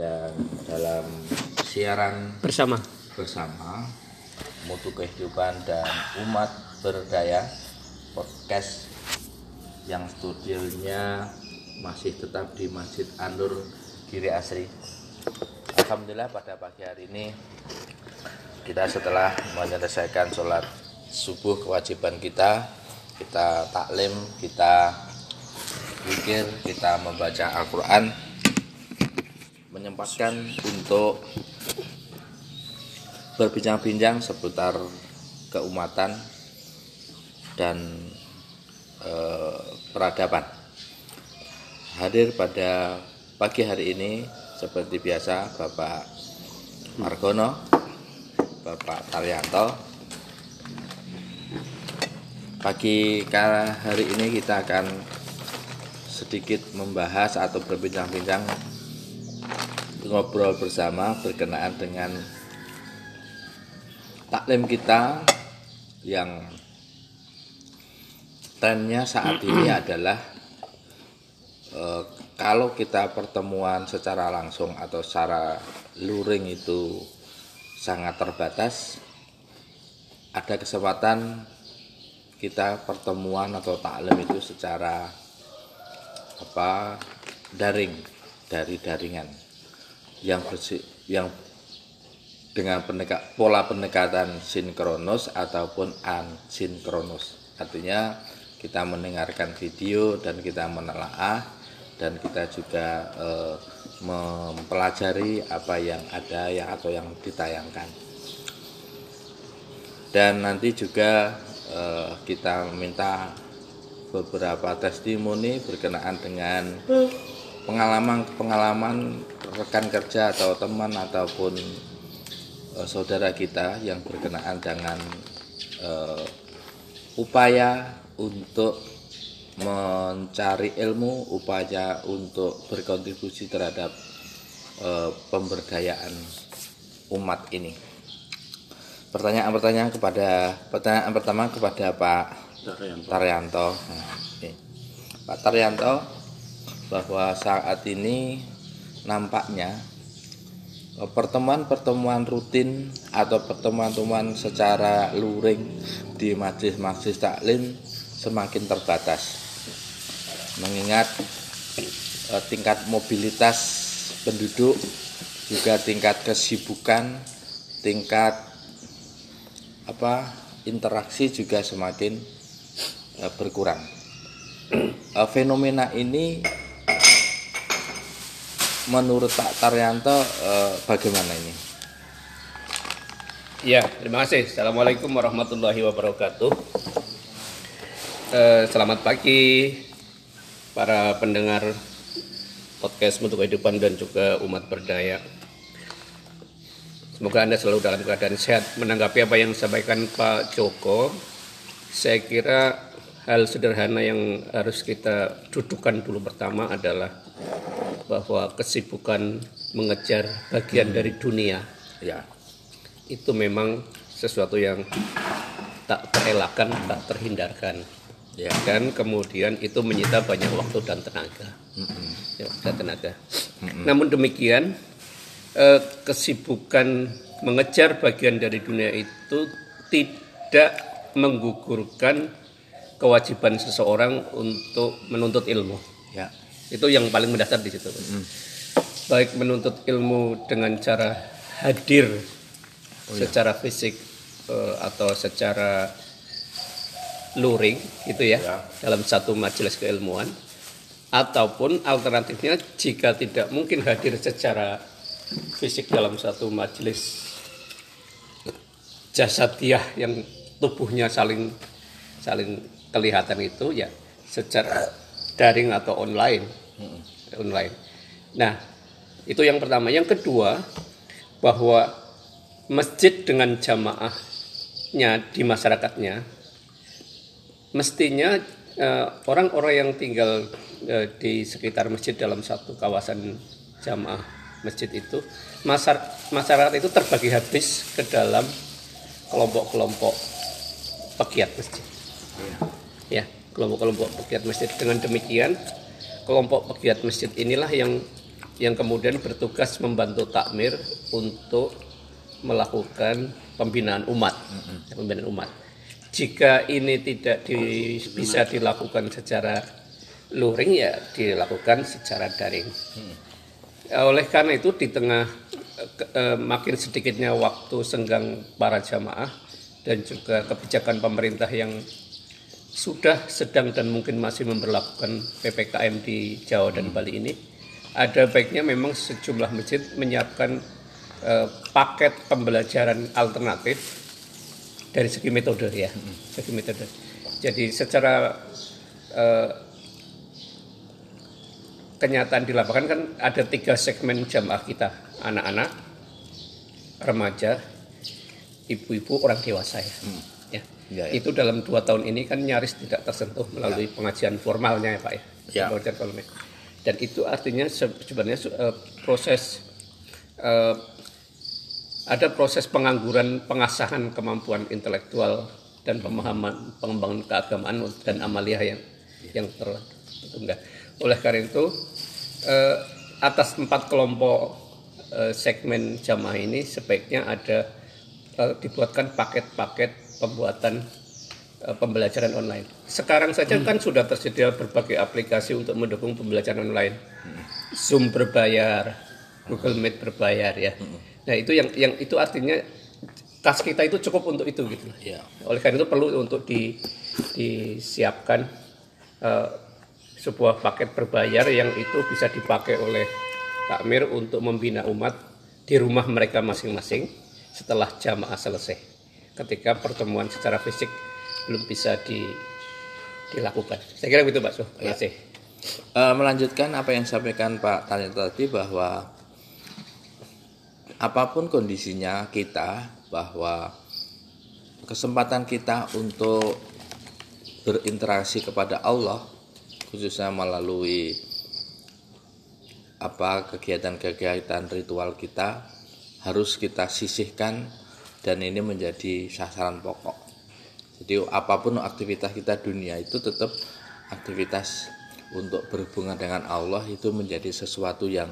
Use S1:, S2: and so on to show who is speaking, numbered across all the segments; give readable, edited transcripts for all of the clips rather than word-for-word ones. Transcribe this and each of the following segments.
S1: dan dalam siaran
S2: bersama
S1: Mutu Kehidupan dan Umat Berdaya podcast yang studionya masih tetap di Masjid An-Nur Giri Asri. Alhamdulillah pada pagi hari ini kita setelah menyelesaikan sholat subuh kewajiban kita taklim, kita zikir, kita membaca Al-Quran, menyempatkan untuk berbincang-bincang seputar keumatan dan peradaban. Hadir pada pagi hari ini seperti biasa Bapak Margono, Bapak Taryanto. Pagi hari ini kita akan sedikit membahas atau berbincang-bincang, ngobrol bersama berkenaan dengan taklim kita yang trennya saat ini adalah kalau kita pertemuan secara langsung atau secara luring itu sangat terbatas, ada kesempatan kita pertemuan atau taklim itu secara daring, dari daringan yang dengan pola pendekatan sinkronus ataupun asinkronus. Artinya kita mendengarkan video dan kita menelaah dan kita juga mempelajari apa yang ada atau yang ditayangkan. Dan nanti juga kita meminta beberapa testimoni berkenaan dengan pengalaman rekan kerja atau teman ataupun saudara kita yang berkenaan dengan upaya untuk mencari ilmu, upaya untuk berkontribusi terhadap pemberdayaan umat ini. Pertanyaan pertama kepada Pak Taryanto. Pak Taryanto, bahwa saat ini nampaknya pertemuan rutin atau pertemuan secara luring di majelis taklim semakin terbatas, mengingat tingkat mobilitas penduduk, juga tingkat kesibukan, tingkat interaksi juga semakin berkurang. Fenomena ini menurut Pak Taryanto bagaimana ini?
S2: Ya, terima kasih. Assalamualaikum warahmatullahi wabarakatuh. Selamat pagi para pendengar podcast Mutu Kehidupan dan juga Umat Berdaya. Semoga Anda selalu dalam keadaan sehat. Menanggapi apa yang disampaikan Pak Joko, saya kira hal sederhana yang harus kita dudukkan dulu pertama adalah bahwa kesibukan mengejar bagian dari dunia itu memang sesuatu yang tak terelakkan, tak terhindarkan, dan kemudian itu menyita banyak waktu dan tenaga. Namun demikian, kesibukan mengejar bagian dari dunia itu tidak menggugurkan kewajiban seseorang untuk menuntut ilmu. Itu yang paling mendasar di situ. Baik menuntut ilmu dengan cara hadir secara fisik atau secara luring gitu dalam satu majelis keilmuan, ataupun alternatifnya jika tidak mungkin hadir secara fisik dalam satu majelis jasadiah yang tubuhnya saling kelihatan itu secara daring atau online. Nah, itu yang pertama. Yang kedua, bahwa masjid dengan jamaahnya di masyarakatnya mestinya orang-orang yang tinggal di sekitar masjid dalam satu kawasan jamaah masjid itu, masyarakat itu terbagi habis ke dalam kelompok-kelompok pegiat masjid. Kelompok-kelompok pegiat masjid. Dengan demikian, kelompok pegiat masjid inilah yang yang kemudian bertugas membantu takmir untuk melakukan pembinaan umat. Jika ini tidak bisa dilakukan secara luring, ya dilakukan secara daring. Oleh karena itu, di tengah makin sedikitnya waktu senggang para jamaah dan juga kebijakan pemerintah yang sudah, sedang, dan mungkin masih memberlakukan PPKM di Jawa dan Bali ini, ada baiknya memang sejumlah masjid menyiapkan paket pembelajaran alternatif dari segi metode ya, segi metode. Jadi secara kenyataan di lapangan kan ada 3 segmen jamaah kita: anak-anak, remaja, ibu-ibu, orang dewasa ya. Ya. Itu dalam 2 tahun ini kan nyaris tidak tersentuh melalui pengajian formalnya ya Pak ya. Pengajian formalnya. Dan itu artinya sebenarnya ada proses pengangguran pengasahan kemampuan intelektual dan pemahaman pengembangan keagamaan dan amaliyah yang tertunda. Oleh karena itu, atas 4 kelompok segmen jamaah ini sebaiknya ada dibuatkan paket-paket pembuatan pembelajaran online. Sekarang saja kan sudah tersedia berbagai aplikasi untuk mendukung pembelajaran online. Zoom berbayar, Google Meet berbayar ya. Nah, itu yang itu artinya kas kita itu cukup untuk itu gitu. Ya. Oleh karena itu perlu untuk disiapkan sebuah paket berbayar yang itu bisa dipakai oleh takmir untuk membina umat di rumah mereka masing-masing setelah jamaah selesai. Ketika pertemuan secara fisik belum bisa dilakukan. Saya kira begitu Pak Suh. Ya.
S1: Melanjutkan apa yang disampaikan Pak Tani tadi, bahwa apapun kondisinya kita, bahwa kesempatan kita untuk berinteraksi kepada Allah, khususnya melalui kegiatan-kegiatan ritual kita, harus kita sisihkan, dan ini menjadi sasaran pokok. Jadi apapun aktivitas kita dunia itu tetap aktivitas untuk berhubungan dengan Allah, itu menjadi sesuatu yang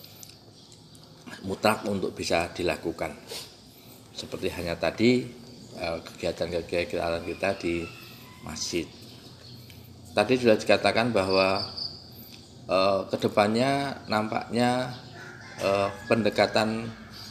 S1: mutlak untuk bisa dilakukan. Seperti hanya tadi kegiatan-kegiatan kita di masjid. Tadi sudah dikatakan bahwa kedepannya nampaknya pendekatan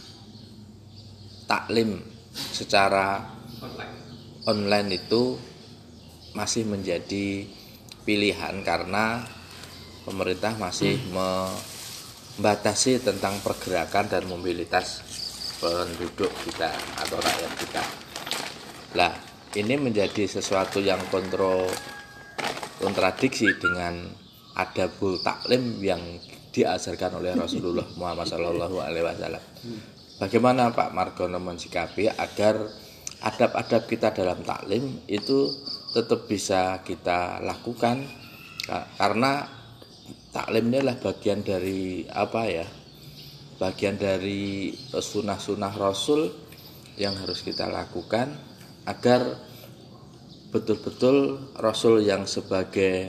S1: taklim secara online itu masih menjadi pilihan, karena pemerintah masih membatasi tentang pergerakan dan mobilitas penduduk kita atau rakyat kita. Nah, ini menjadi sesuatu yang kontradiksi dengan adabul taklim yang diajarkan oleh Rasulullah Muhammad SAW. Bagaimana Pak Margono mensikapi agar adab-adab kita dalam taklim itu tetap bisa kita lakukan, karena taklim ini adalah bagian dari bagian dari sunnah-sunnah Rasul yang harus kita lakukan, agar betul-betul Rasul yang sebagai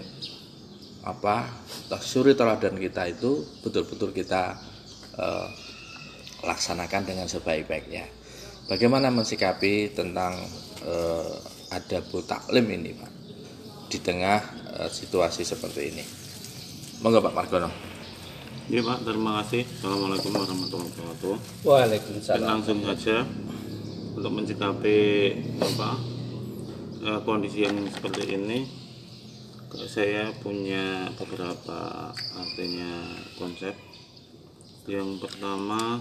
S1: suri teladan kita itu betul-betul kita laksanakan dengan sebaik-baiknya. Bagaimana mensikapi tentang adabul taklim ini Pak, di tengah situasi seperti ini? Monggo Pak Margono.
S3: Ya Pak, terima kasih. Assalamualaikum warahmatullahi wabarakatuh.
S2: Waalaikumsalam.
S3: Dan langsung saja untuk mensikapi kondisi yang seperti ini, saya punya beberapa konsep. Yang pertama,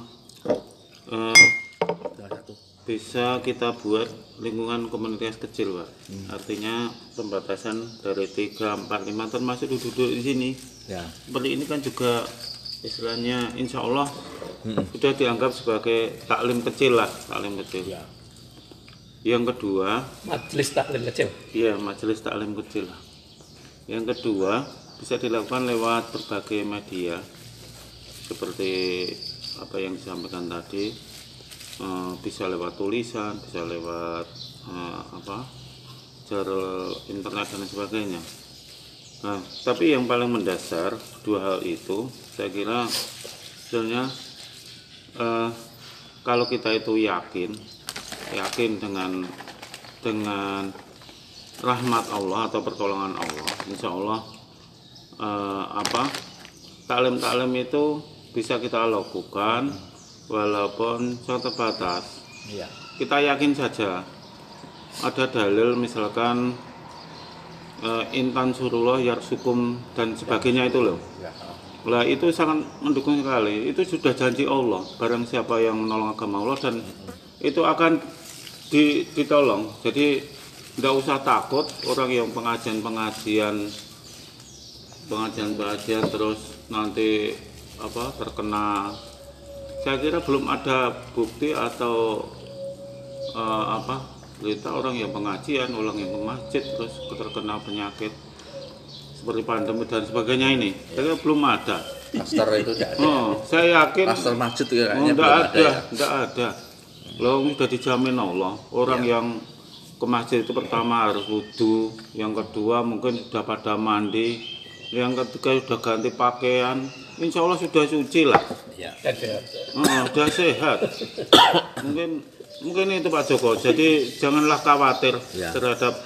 S3: bisa kita buat lingkungan komunitas kecil Pak. Artinya pembatasan dari 3, 4, 5 termasuk duduk di sini. Ya. Seperti ini kan juga istilahnya insya Allah sudah dianggap sebagai taklim kecil lah, taklim kecil. Ya. Yang kedua,
S2: majelis taklim kecil.
S3: Iya, majelis taklim kecil. Yang kedua, bisa dilakukan lewat berbagai media seperti apa yang disampaikan tadi, bisa lewat tulisan, bisa lewat jalur internet dan sebagainya. Nah, tapi yang paling mendasar dua hal itu, saya kira sebenarnya kalau kita itu yakin dengan rahmat Allah atau pertolongan Allah, insya Allah taklim itu bisa kita lakukan walaupun sangat terbatas.
S1: Ya.
S3: Kita yakin saja ada dalil misalkan intan surullah yarsukum dan sebagainya itu loh. Lah itu sangat mendukung sekali. Itu sudah janji Allah. Barang siapa yang menolong agama Allah dan itu akan ditolong. Jadi tidak usah takut orang yang pengajian terus nanti terkena. Saya kira belum ada bukti atau berita orang yang pengajian, orang yang ke masjid terus terkena penyakit seperti pandemi dan sebagainya ini. Saya kira belum ada.
S1: Klaster itu tidak ada.
S3: Saya yakin
S1: klaster masjid itu kayaknya belum ada.
S3: Tidak ada. Loh, sudah dijamin Allah. Orang yang ke masjid itu pertama harus wudu, yang kedua mungkin sudah pada mandi, yang ketiga sudah ganti pakaian. Insya Allah sudah suci lah.
S1: Ya.
S3: Sudah sehat. Mungkin itu Pak Joko. Jadi janganlah khawatir terhadap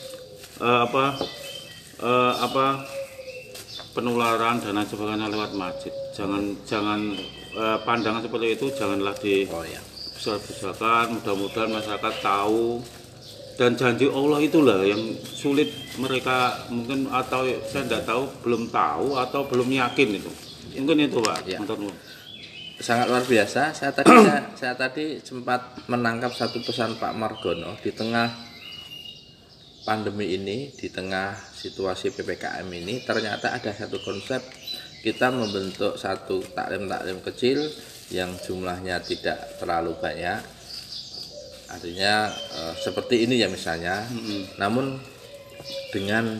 S3: penularan dan lain sebagainya lewat masjid. Jangan pandangan seperti itu janganlah dibesar-besarkan. Mudah-mudahan masyarakat tahu dan janji Allah itulah yang sulit mereka mungkin atau saya tidak tahu, belum tahu atau belum yakin itu. Mungkin itu Pak.
S1: Ya. Sangat luar biasa. Saya tadi sempat menangkap satu pesan Pak Margono di tengah pandemi ini, di tengah situasi PPKM ini, ternyata ada satu konsep kita membentuk satu taklim kecil yang jumlahnya tidak terlalu banyak. Artinya seperti ini ya misalnya. Namun dengan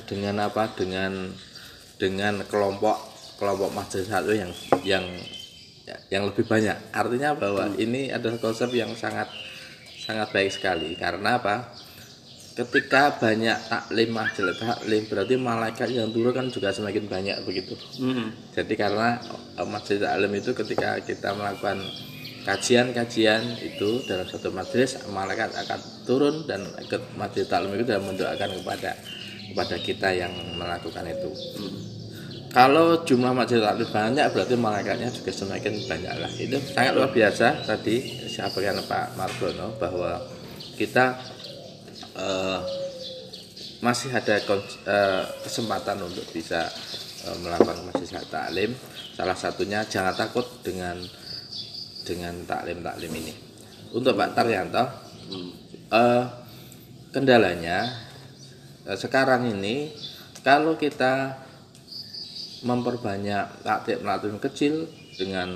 S1: kelompok majelis satu yang lebih banyak. Artinya bahwa ini adalah konsep yang sangat baik sekali. Karena apa? Ketika banyak majelis taklim berarti malaikat yang turun kan juga semakin banyak begitu. Jadi karena majelis taklim itu ketika kita melakukan kajian itu dalam satu majelis, malaikat akan turun dan ikut majelis taklim itu dan mendoakan kepada kita yang melakukan itu. Kalau jumlah majelis taklim banyak berarti malaikatnya juga semakin banyak lah. Itu sangat luar biasa tadi disampaikan Pak Margono bahwa kita masih ada kesempatan untuk bisa melakukan majelis taklim. Salah satunya jangan takut dengan taklim ini. Untuk Pak Taryanto, kendalanya sekarang ini kalau kita memperbanyak taklim kecil dengan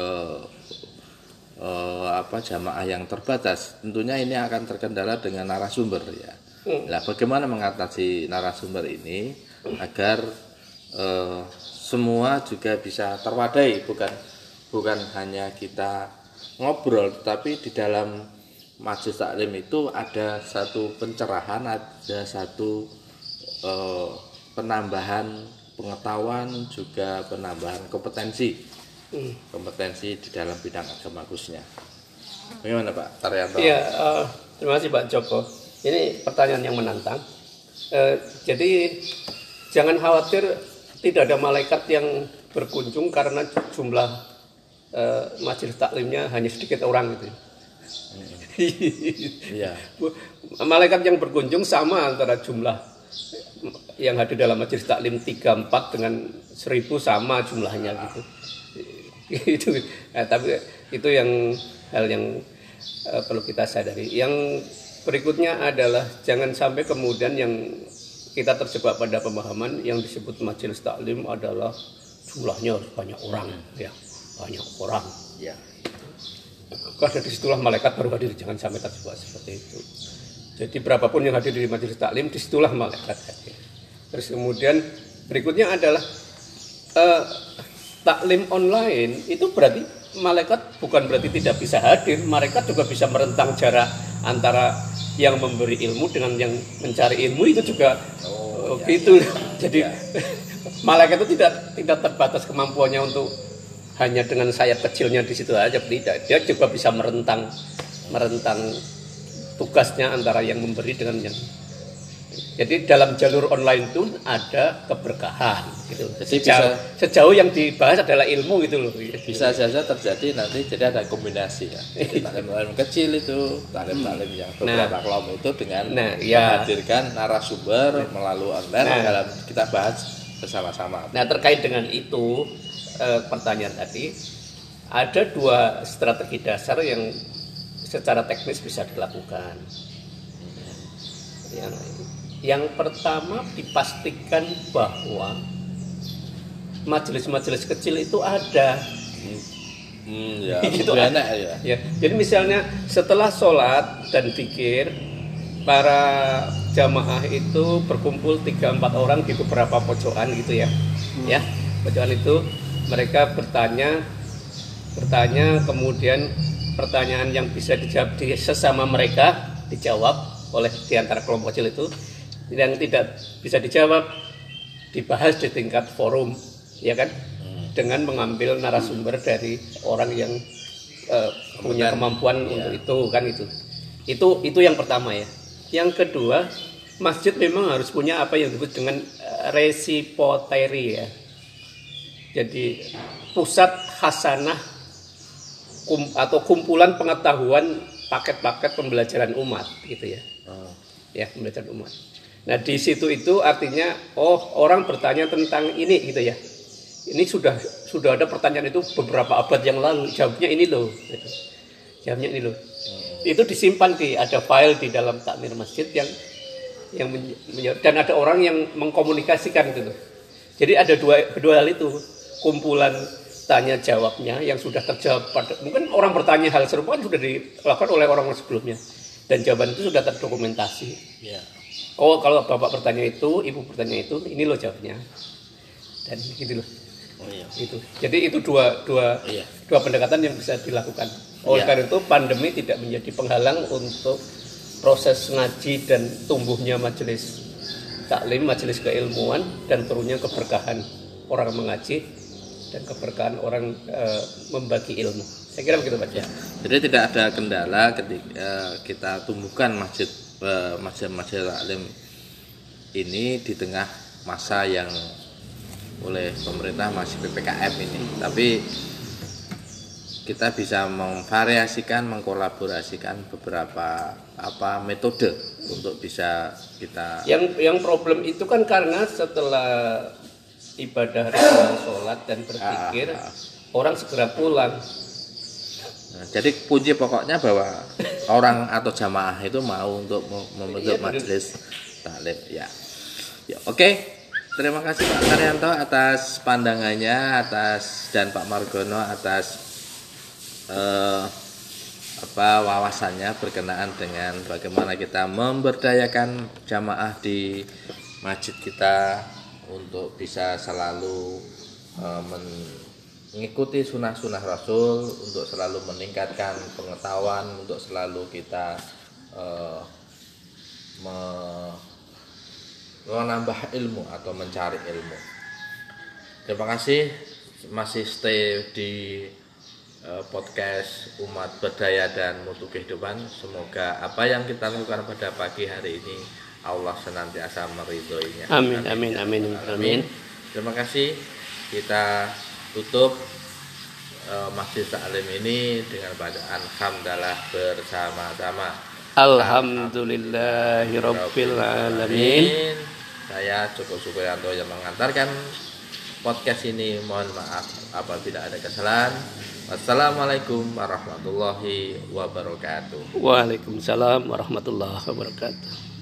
S1: jamaah yang terbatas, tentunya ini akan terkendala dengan narasumber ya. Nah, bagaimana mengatasi narasumber ini agar semua juga bisa terwadai, bukan hanya kita ngobrol, tapi di dalam majelis taklim itu ada satu pencerahan, ada satu penambahan pengetahuan, juga penambahan kompetensi di dalam bidang agama khususnya. Bagaimana Pak Taryanto?
S2: Iya, terima kasih Pak Joko. Ini pertanyaan yang menantang. Jadi jangan khawatir tidak ada malaikat yang berkunjung karena jumlah majelis taklimnya hanya sedikit orang gitu.
S1: Iya.
S2: Malaikat yang berkunjung sama antara jumlah yang hadir dalam majelis taklim 3-4 dengan 1000 sama jumlahnya gitu. Itu tapi itu hal yang perlu kita sadari. Yang berikutnya adalah jangan sampai kemudian yang kita terjebak pada pemahaman yang disebut majelis taklim adalah jumlahnya banyak orang ya, banyak orang ya. Karena disitulah malaikat baru hadir, jangan sampai terjebak seperti itu. Jadi berapapun yang hadir di majelis taklim, disitulah malaikat hadir. Terus kemudian berikutnya adalah taklim online itu berarti malaikat bukan berarti tidak bisa hadir, malaikat juga bisa merentang jarak antara yang memberi ilmu dengan yang mencari ilmu, itu juga Oh, gitu. Jadi malaikat itu tidak terbatas kemampuannya untuk hanya dengan sayap kecilnya di situ aja, tidak. Dia juga bisa merentang tugasnya antara yang memberi dengan yang. Jadi dalam jalur online itu ada keberkahan gitu. Jadi sejauh yang dibahas adalah ilmu gitu loh.
S1: Bisa saja terjadi nanti, jadi ada kombinasi ya. Taklim kecil itu, taklim yang beberapa kelompok itu dengan menghadirkan narasumber melalui online dalam kita bahas bersama-sama.
S2: Nah, terkait dengan itu pertanyaan tadi, ada 2 strategi dasar yang secara teknis bisa dilakukan. Yang pertama, dipastikan bahwa majelis-majelis kecil itu ada.
S1: Gitu enak ya.
S2: Jadi misalnya setelah sholat dan zikir, para jamaah itu berkumpul 3-4 orang di beberapa pojokan gitu ya. Ya, pojokan itu mereka bertanya, kemudian pertanyaan yang bisa dijawab di sesama mereka dijawab oleh di antara kelompok kecil itu. Yang tidak bisa dijawab dibahas di tingkat forum, ya kan, dengan mengambil narasumber dari orang yang punya kemampuan untuk itu kan, itu yang pertama ya. Yang kedua, masjid memang harus punya apa yang disebut dengan resipoteri ya. Jadi pusat hasanah atau kumpulan pengetahuan, paket-paket pembelajaran umat gitu ya. Ya, pembelajaran umat. Nah, di situ itu artinya orang bertanya tentang ini gitu ya. Ini sudah ada pertanyaan itu beberapa abad yang lalu, jawabnya ini loh gitu. Jawabnya ini loh. Itu disimpan ada file di dalam takmir masjid yang dan ada orang yang mengkomunikasikan gitu. Jadi ada dua hal itu, kumpulan tanya jawabnya yang sudah terjawab mungkin orang bertanya hal serupa kan sudah dilakukan oleh orang sebelumnya dan jawaban itu sudah terdokumentasi. Yeah. Kalau bapak bertanya itu, ibu bertanya itu, ini loh jawabnya, dan gitu loh. Itu. Jadi itu dua pendekatan yang bisa dilakukan. Oleh karena itu pandemi tidak menjadi penghalang untuk proses ngaji dan tumbuhnya majelis taklim, majelis keilmuan, dan turunnya keberkahan orang mengaji dan keberkahan orang membagi ilmu. Saya kira begitu Pak.
S1: Jadi tidak ada kendala ketika kita tumbuhkan masjid taklim ini di tengah masa yang oleh pemerintah masih PPKM ini, tapi kita bisa memvariasikan, mengkolaborasikan beberapa metode untuk bisa kita.
S2: Yang problem itu kan karena setelah ibadah ritual sholat dan berzikir, orang segera pulang.
S1: Nah, jadi kunci pokoknya bahwa orang atau jamaah itu mau untuk membentuk majelis taklim ya. Oke. Terima kasih Pak Karyanto atas pandangannya, dan Pak Margono atas wawasannya berkenaan dengan bagaimana kita memberdayakan jamaah di masjid kita untuk bisa selalu mengikuti sunnah-sunnah Rasul, untuk selalu meningkatkan pengetahuan, untuk selalu kita menambah ilmu atau mencari ilmu. Terima kasih masih stay di podcast Umat Berdaya dan Mutu Kehidupan. Semoga apa yang kita lakukan pada pagi hari ini Allah senantiasa meridhoinya.
S2: Amin.
S1: Terima kasih. Kita tutup Masjid Taklim ini dengan bacaan hamdalah bersama-sama.
S2: Alhamdulillahirabbil alamin.
S1: Saya Joko Supriyanto yang mengantarkan podcast ini. Mohon maaf apabila ada kesalahan. Wassalamualaikum warahmatullahi wabarakatuh.
S2: Waalaikumsalam warahmatullahi wabarakatuh.